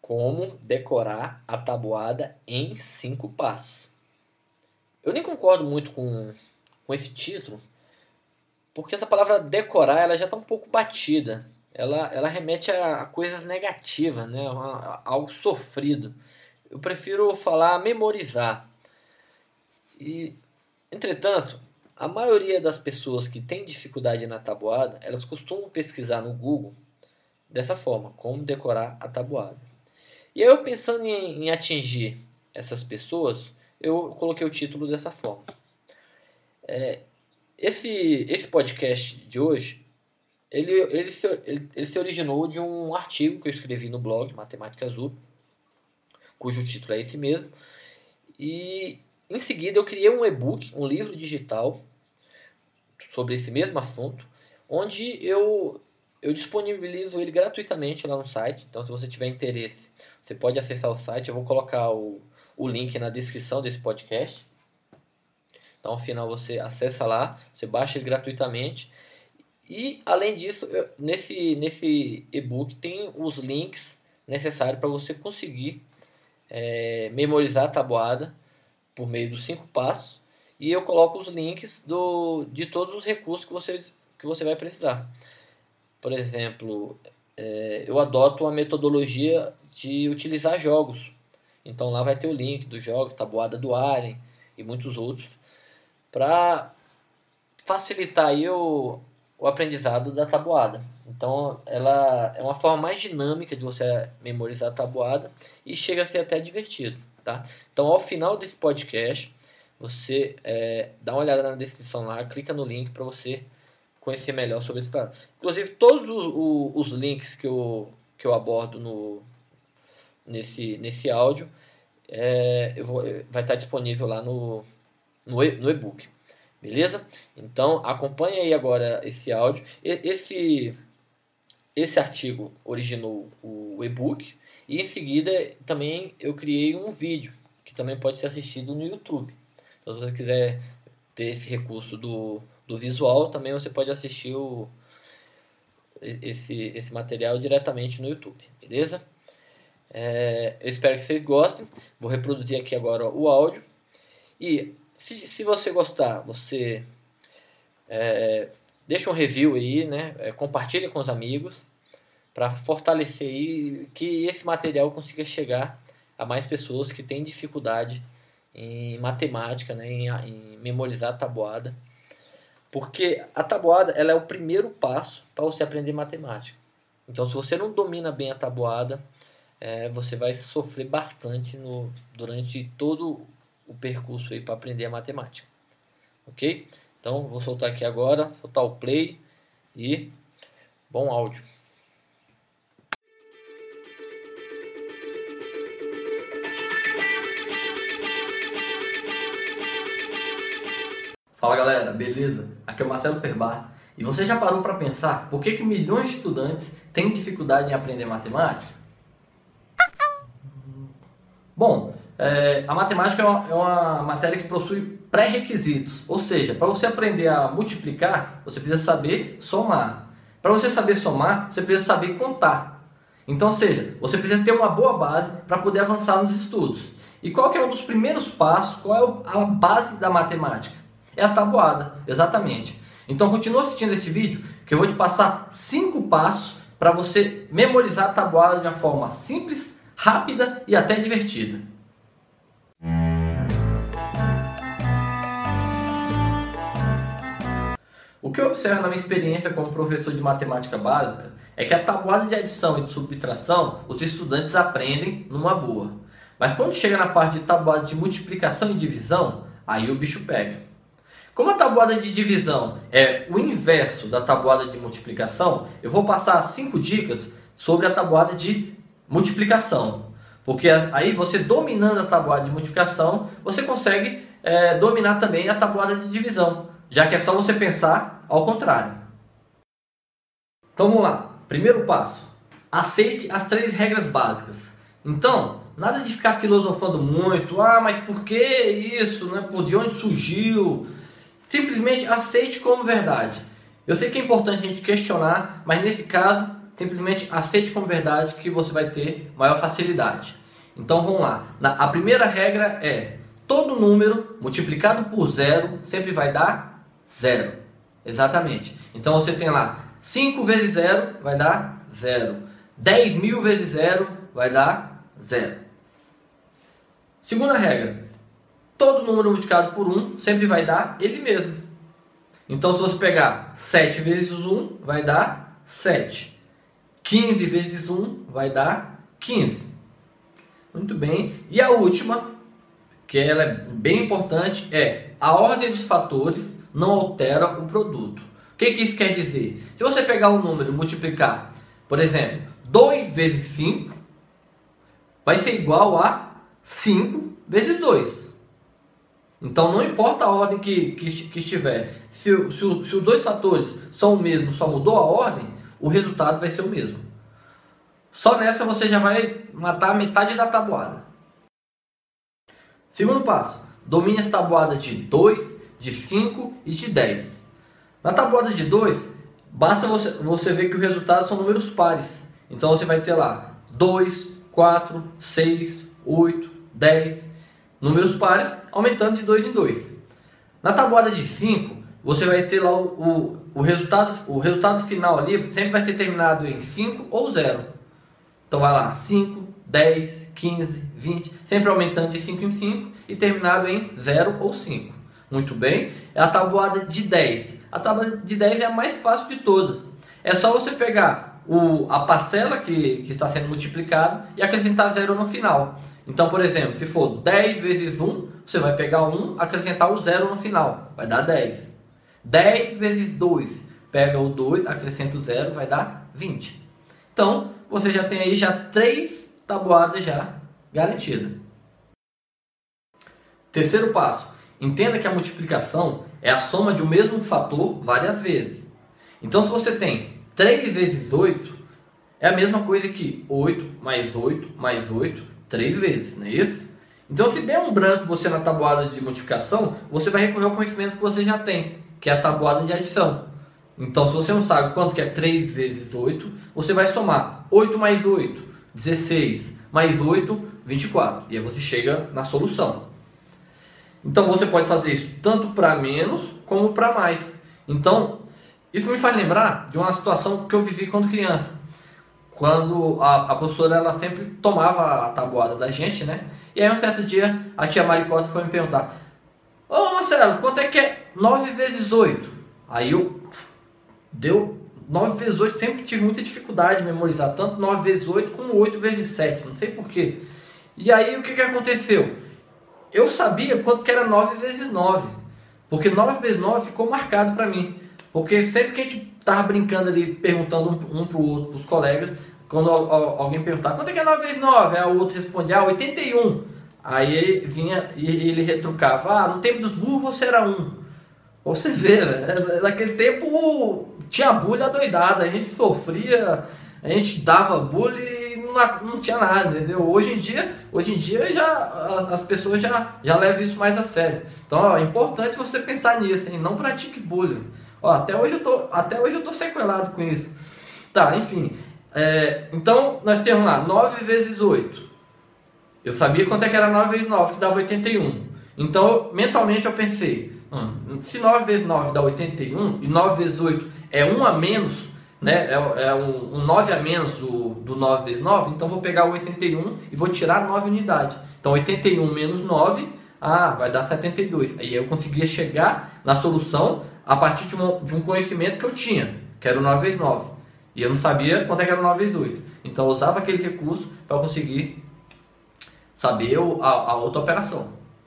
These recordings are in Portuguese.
Como decorar a tabuada em 5 passos. Eu nem concordo muito com esse título, porque essa palavra decorar ela já está um pouco batida. Ela remete a coisas negativas, né? A algo sofrido. Eu prefiro falar memorizar. E, entretanto, a maioria das pessoas que tem dificuldade na tabuada, elas costumam pesquisar no Google dessa forma, como decorar a tabuada. E aí eu pensando em atingir essas pessoas, eu coloquei o título dessa forma. Esse podcast de hoje, ele se originou de um artigo que eu escrevi no blog Matemática Azul, cujo título é esse mesmo. E em seguida eu criei um e-book, um livro digital sobre esse mesmo assunto, onde eu disponibilizo ele gratuitamente lá no site. Então, se você tiver interesse, você pode acessar o site. Eu vou colocar o link na descrição desse podcast. Então, ao final, você acessa lá, você baixa ele gratuitamente. E, além disso, nesse e-book tem os links necessários para você conseguir memorizar a tabuada por meio dos 5 passos. E eu coloco os links de todos os recursos que você vai precisar. Por exemplo, eu adoto uma metodologia de utilizar jogos. Então lá vai ter o link dos jogos, tabuada do Alien e muitos outros, para facilitar aí o aprendizado da tabuada. Então ela é uma forma mais dinâmica de você memorizar a tabuada e chega a ser até divertido. Tá? Então ao final desse podcast, você dá uma olhada na descrição lá, clica no link para você conhecer melhor sobre esse prato. Inclusive, todos os links que eu abordo nesse áudio vai estar disponível lá no e-book. Beleza? Então, acompanhe aí agora esse áudio. Esse artigo originou o e-book e em seguida também eu criei um vídeo que também pode ser assistido no YouTube. Então, se você quiser ter esse recurso do visual, também você pode assistir esse material diretamente no YouTube, beleza? Eu espero que vocês gostem. Vou reproduzir aqui agora o áudio. E se você gostar, você deixa um review aí, né? Compartilhe com os amigos para fortalecer aí que esse material consiga chegar a mais pessoas que têm dificuldade em matemática, né? em memorizar a tabuada. Porque a tabuada ela é o primeiro passo para você aprender matemática. Então, se você não domina bem a tabuada, você vai sofrer bastante durante todo o percurso para aprender a matemática. Ok? Então, vou soltar aqui agora, soltar o play e bom áudio. Fala galera, beleza? Aqui é o Marcelo Ferbar. E você já parou para pensar por que milhões de estudantes têm dificuldade em aprender matemática? Bom, a matemática é uma matéria que possui pré-requisitos. Ou seja, para você aprender a multiplicar, você precisa saber somar. Para você saber somar, você precisa saber contar. Então, ou seja, você precisa ter uma boa base para poder avançar nos estudos. E qual que é um dos primeiros passos? Qual é a base da matemática? É a tabuada, exatamente. Então continua assistindo esse vídeo que eu vou te passar 5 passos para você memorizar a tabuada de uma forma simples, rápida e até divertida. O que eu observo na minha experiência como professor de matemática básica é que a tabuada de adição e de subtração os estudantes aprendem numa boa. Mas quando chega na parte de tabuada de multiplicação e divisão, aí o bicho pega. Como a tabuada de divisão é o inverso da tabuada de multiplicação, eu vou passar 5 dicas sobre a tabuada de multiplicação. Porque aí você dominando a tabuada de multiplicação, você consegue dominar também a tabuada de divisão, já que é só você pensar ao contrário. Então vamos lá. Primeiro passo. Aceite as 3 regras básicas. Então, nada de ficar filosofando muito. Mas por que isso? Né? Por de onde surgiu? Simplesmente aceite como verdade. Eu sei que é importante a gente questionar, mas nesse caso simplesmente aceite como verdade que você vai ter maior facilidade. Então vamos lá. A primeira regra é: todo número multiplicado por zero sempre vai dar zero. Exatamente. Então você tem lá 5 vezes zero vai dar zero. 10.000 vezes zero vai dar zero. Segunda regra: todo número multiplicado por 1 sempre vai dar ele mesmo. Então se você pegar 7 vezes 1 vai dar 7. 15 vezes 1 vai dar 15. Muito bem. E a última, que ela é bem importante, é: a ordem dos fatores não altera o produto. O que isso quer dizer? Se você pegar um número e multiplicar, por exemplo, 2 vezes 5, vai ser igual a 5 vezes 2. Então não importa a ordem que estiver. Se os dois fatores são o mesmo, só mudou a ordem, o resultado vai ser o mesmo. Só nessa você já vai matar metade da tabuada. Segundo passo: domine as tabuadas de 2, de 5 e de 10. Na tabuada de 2, basta você ver que o resultado são números pares. Então você vai ter lá 2, 4, 6, 8, 10. Números pares aumentando de 2 em 2. Na tabuada de 5, você vai ter lá o resultado final ali, sempre vai ser terminado em 5 ou 0. Então vai lá, 5, 10, 15, 20, sempre aumentando de 5 em 5 e terminado em 0 ou 5. Muito bem. É a tabuada de 10. A tabuada de 10 é a mais fácil de todas. É só você pegar a parcela que está sendo multiplicada e acrescentar 0 no final. Então, por exemplo, se for 10 vezes 1, você vai pegar 1, acrescentar o 0 no final, vai dar 10. 10 vezes 2, pega o 2, acrescenta o 0, vai dar 20. Então, você já tem aí 3 tabuadas já garantidas. Terceiro passo: entenda que a multiplicação é a soma de um mesmo fator várias vezes. Então, se você tem 3 vezes 8, é a mesma coisa que 8 mais 8 mais 8, 3 vezes, não é isso? Então, se der um branco você na tabuada de multiplicação, você vai recorrer ao conhecimento que você já tem, que é a tabuada de adição. Então, se você não sabe quanto que é 3 vezes 8, você vai somar 8 mais 8, 16, mais 8, 24. E aí você chega na solução. Então, você pode fazer isso tanto para menos como para mais. Então, isso me faz lembrar de uma situação que eu vivi quando criança. Quando a professora ela sempre tomava a tabuada da gente, né? E aí um certo dia a tia Maricota foi me perguntar: ô Marcelo, quanto é que é 9 vezes 8? Aí deu 9 vezes 8, sempre tive muita dificuldade de memorizar, tanto 9 vezes 8 como 8 vezes 7, não sei porquê. E aí o que aconteceu? Eu sabia quanto que era 9 vezes 9, porque 9 vezes 9 ficou marcado para mim. Porque sempre que a gente tava brincando ali, perguntando um pro outro, pros colegas, quando alguém perguntava quanto é que é 9 vezes 9, aí o outro respondia 81. Aí ele vinha e ele retrucava: no tempo dos burros você era 1. Você vê, né? Naquele tempo tinha bullying adoidada, a gente sofria, a gente dava bullying e não tinha nada, entendeu? Hoje em dia já, as pessoas já levam isso mais a sério. Então é importante você pensar nisso, hein? Não pratique bullying. Até hoje eu tô sequelado com isso. Tá, enfim. Então nós temos lá 9 vezes 8. Eu sabia quanto é que era 9 vezes 9, que dava 81. Então mentalmente eu pensei: se 9 vezes 9 dá 81 e 9 vezes 8 é 1 a menos, né? É um 9 a menos do 9 vezes 9, então vou pegar o 81 e vou tirar 9 unidades. Então 81 menos 9, vai dar 72. Aí eu conseguia chegar na solução a partir de um conhecimento que eu tinha, que era o 9 vezes 9. E eu não sabia quanto é que era o 9 vezes 8. Então eu usava aquele recurso para conseguir saber a outra operação.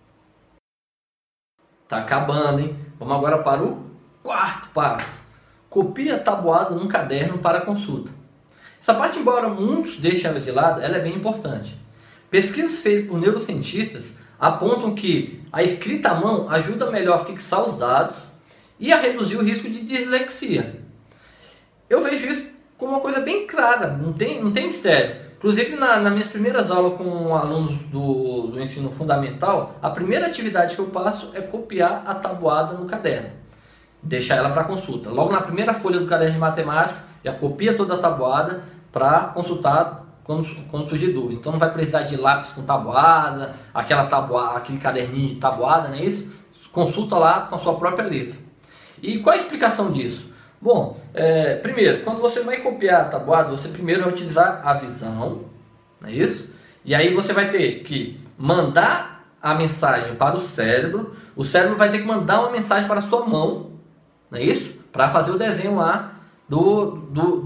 Tá acabando, hein? Vamos agora para o quarto passo. Copie a tabuada num caderno para consulta. Essa parte, embora muitos deixem ela de lado, ela é bem importante. Pesquisas feitas por neurocientistas apontam que a escrita à mão ajuda melhor a fixar os dados e a reduzir o risco de dislexia. Eu vejo isso como uma coisa bem clara, não tem mistério. Inclusive, nas minhas primeiras aulas com alunos do ensino fundamental, a primeira atividade que eu passo é copiar a tabuada no caderno, deixar ela para consulta. Logo na primeira folha do caderno de matemática, já copia toda a tabuada para consultar quando surgir dúvida. Então não vai precisar de lápis com tabuada, aquele caderninho de tabuada, não é isso? Consulta lá com a sua própria letra. E qual a explicação disso? Bom, primeiro, quando você vai copiar a tabuada, você primeiro vai utilizar a visão, não é isso? E aí você vai ter que mandar a mensagem para o cérebro vai ter que mandar uma mensagem para a sua mão, não é isso? Para fazer o desenho lá do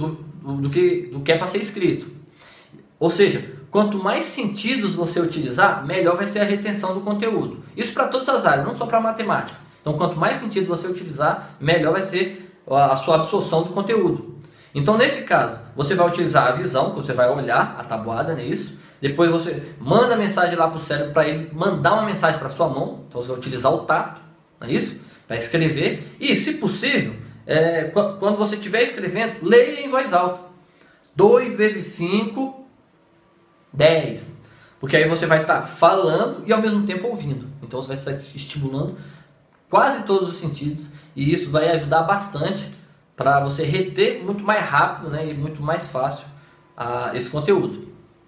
que é para ser escrito. Ou seja, quanto mais sentidos você utilizar, melhor vai ser a retenção do conteúdo. Isso para todas as áreas, não só para matemática. Então, quanto mais sentidos você utilizar, melhor vai ser a sua absorção do conteúdo. Então, nesse caso, você vai utilizar a visão, que você vai olhar a tabuada, não é isso? Depois você manda a mensagem lá para o cérebro para ele mandar uma mensagem para a sua mão. Então, você vai utilizar o tato, não é isso? Para escrever. E, se possível, quando você estiver escrevendo, leia em voz alta. 2 vezes 5, 10. Porque aí você vai estar falando e ao mesmo tempo ouvindo. Então, você vai estar estimulando quase todos os sentidos. E isso vai ajudar bastante para você reter muito mais rápido, né, e muito mais fácil esse conteúdo.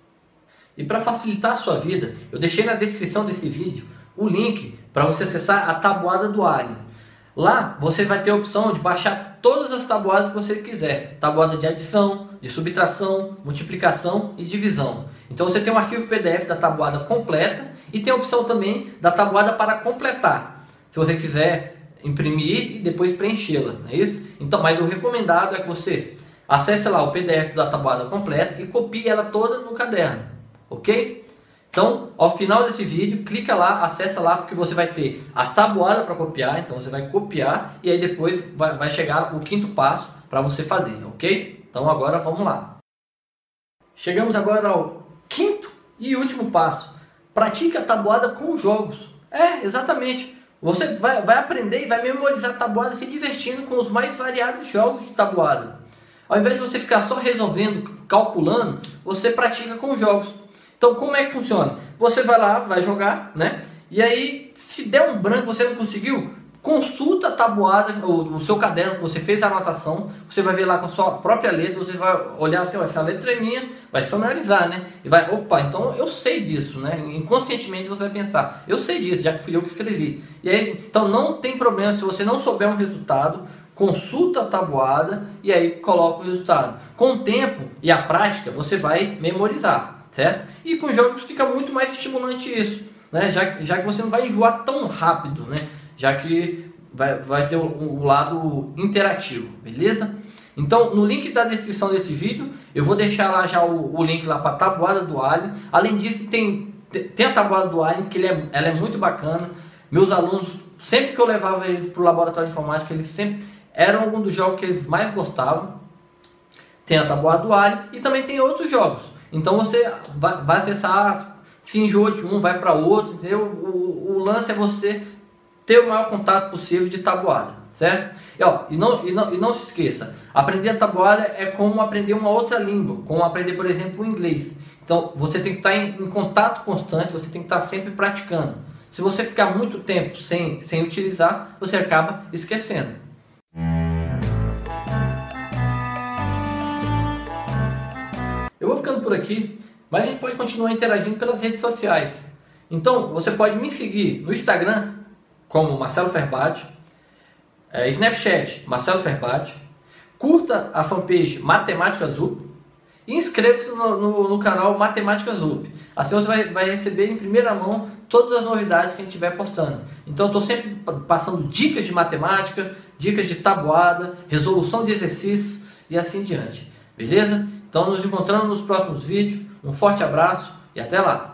E para facilitar a sua vida, eu deixei na descrição desse vídeo o link para você acessar a tabuada do Alien. Lá você vai ter a opção de baixar todas as tabuadas que você quiser. Tabuada de adição, de subtração, multiplicação e divisão. Então você tem um arquivo PDF da tabuada completa e tem a opção também da tabuada para completar. Se você quiser imprimir e depois preenchê-la, não é isso? Então, mas o recomendado é que você acesse lá o PDF da tabuada completa e copie ela toda no caderno, ok? Então, ao final desse vídeo, clica lá, acessa lá, porque você vai ter a tabuada para copiar. Então você vai copiar e aí depois vai chegar o 5º passo para você fazer, ok? Então agora vamos lá. Chegamos agora ao 5º e último passo. Pratique a tabuada com jogos. Exatamente. Você vai aprender e vai memorizar a tabuada se divertindo com os mais variados jogos de tabuada. Ao invés de você ficar só resolvendo, calculando, você pratica com jogos. Então, como é que funciona? Você vai lá, vai jogar, né? E aí, se der um branco, você não conseguiu, consulta a tabuada, o seu caderno que você fez a anotação, você vai ver lá com a sua própria letra, você vai olhar assim, essa letra é minha, vai se analisar, né? E vai, opa, então eu sei disso, né? Inconscientemente você vai pensar, eu sei disso, já que fui eu que escrevi. E aí, então não tem problema se você não souber um resultado, consulta a tabuada e aí coloca o resultado. Com o tempo e a prática, você vai memorizar, certo? E com jogos fica muito mais estimulante isso, né? Já que você não vai enjoar tão rápido, né? Já que vai ter o lado interativo, beleza? Então, no link da descrição desse vídeo, eu vou deixar lá já o link lá para a tabuada do Alien. Além disso, tem a tabuada do Alien, que ela é muito bacana. Meus alunos, sempre que eu levava eles para o laboratório de informática, eles sempre eram um dos jogos que eles mais gostavam. Tem a tabuada do Alien e também tem outros jogos. Então, você vai acessar, se enjoa de um, vai para outro, entendeu? O lance é você ter o maior contato possível de tabuada, certo? E não se esqueça, aprender a tabuada é como aprender uma outra língua, como aprender, por exemplo, o inglês. Então, você tem que estar em contato constante, você tem que estar sempre praticando. Se você ficar muito tempo sem utilizar, você acaba esquecendo. Eu vou ficando por aqui, mas a gente pode continuar interagindo pelas redes sociais. Então, você pode me seguir no Instagram, como Marcelo Ferbati, Snapchat, Marcelo Ferbati, curta a fanpage Matemáticas UP e inscreva-se no canal Matemáticas UP. Assim você vai receber em primeira mão todas as novidades que a gente estiver postando. Então eu estou sempre passando dicas de matemática, dicas de tabuada, resolução de exercícios e assim diante. Beleza? Então nos encontramos nos próximos vídeos. Um forte abraço e até lá!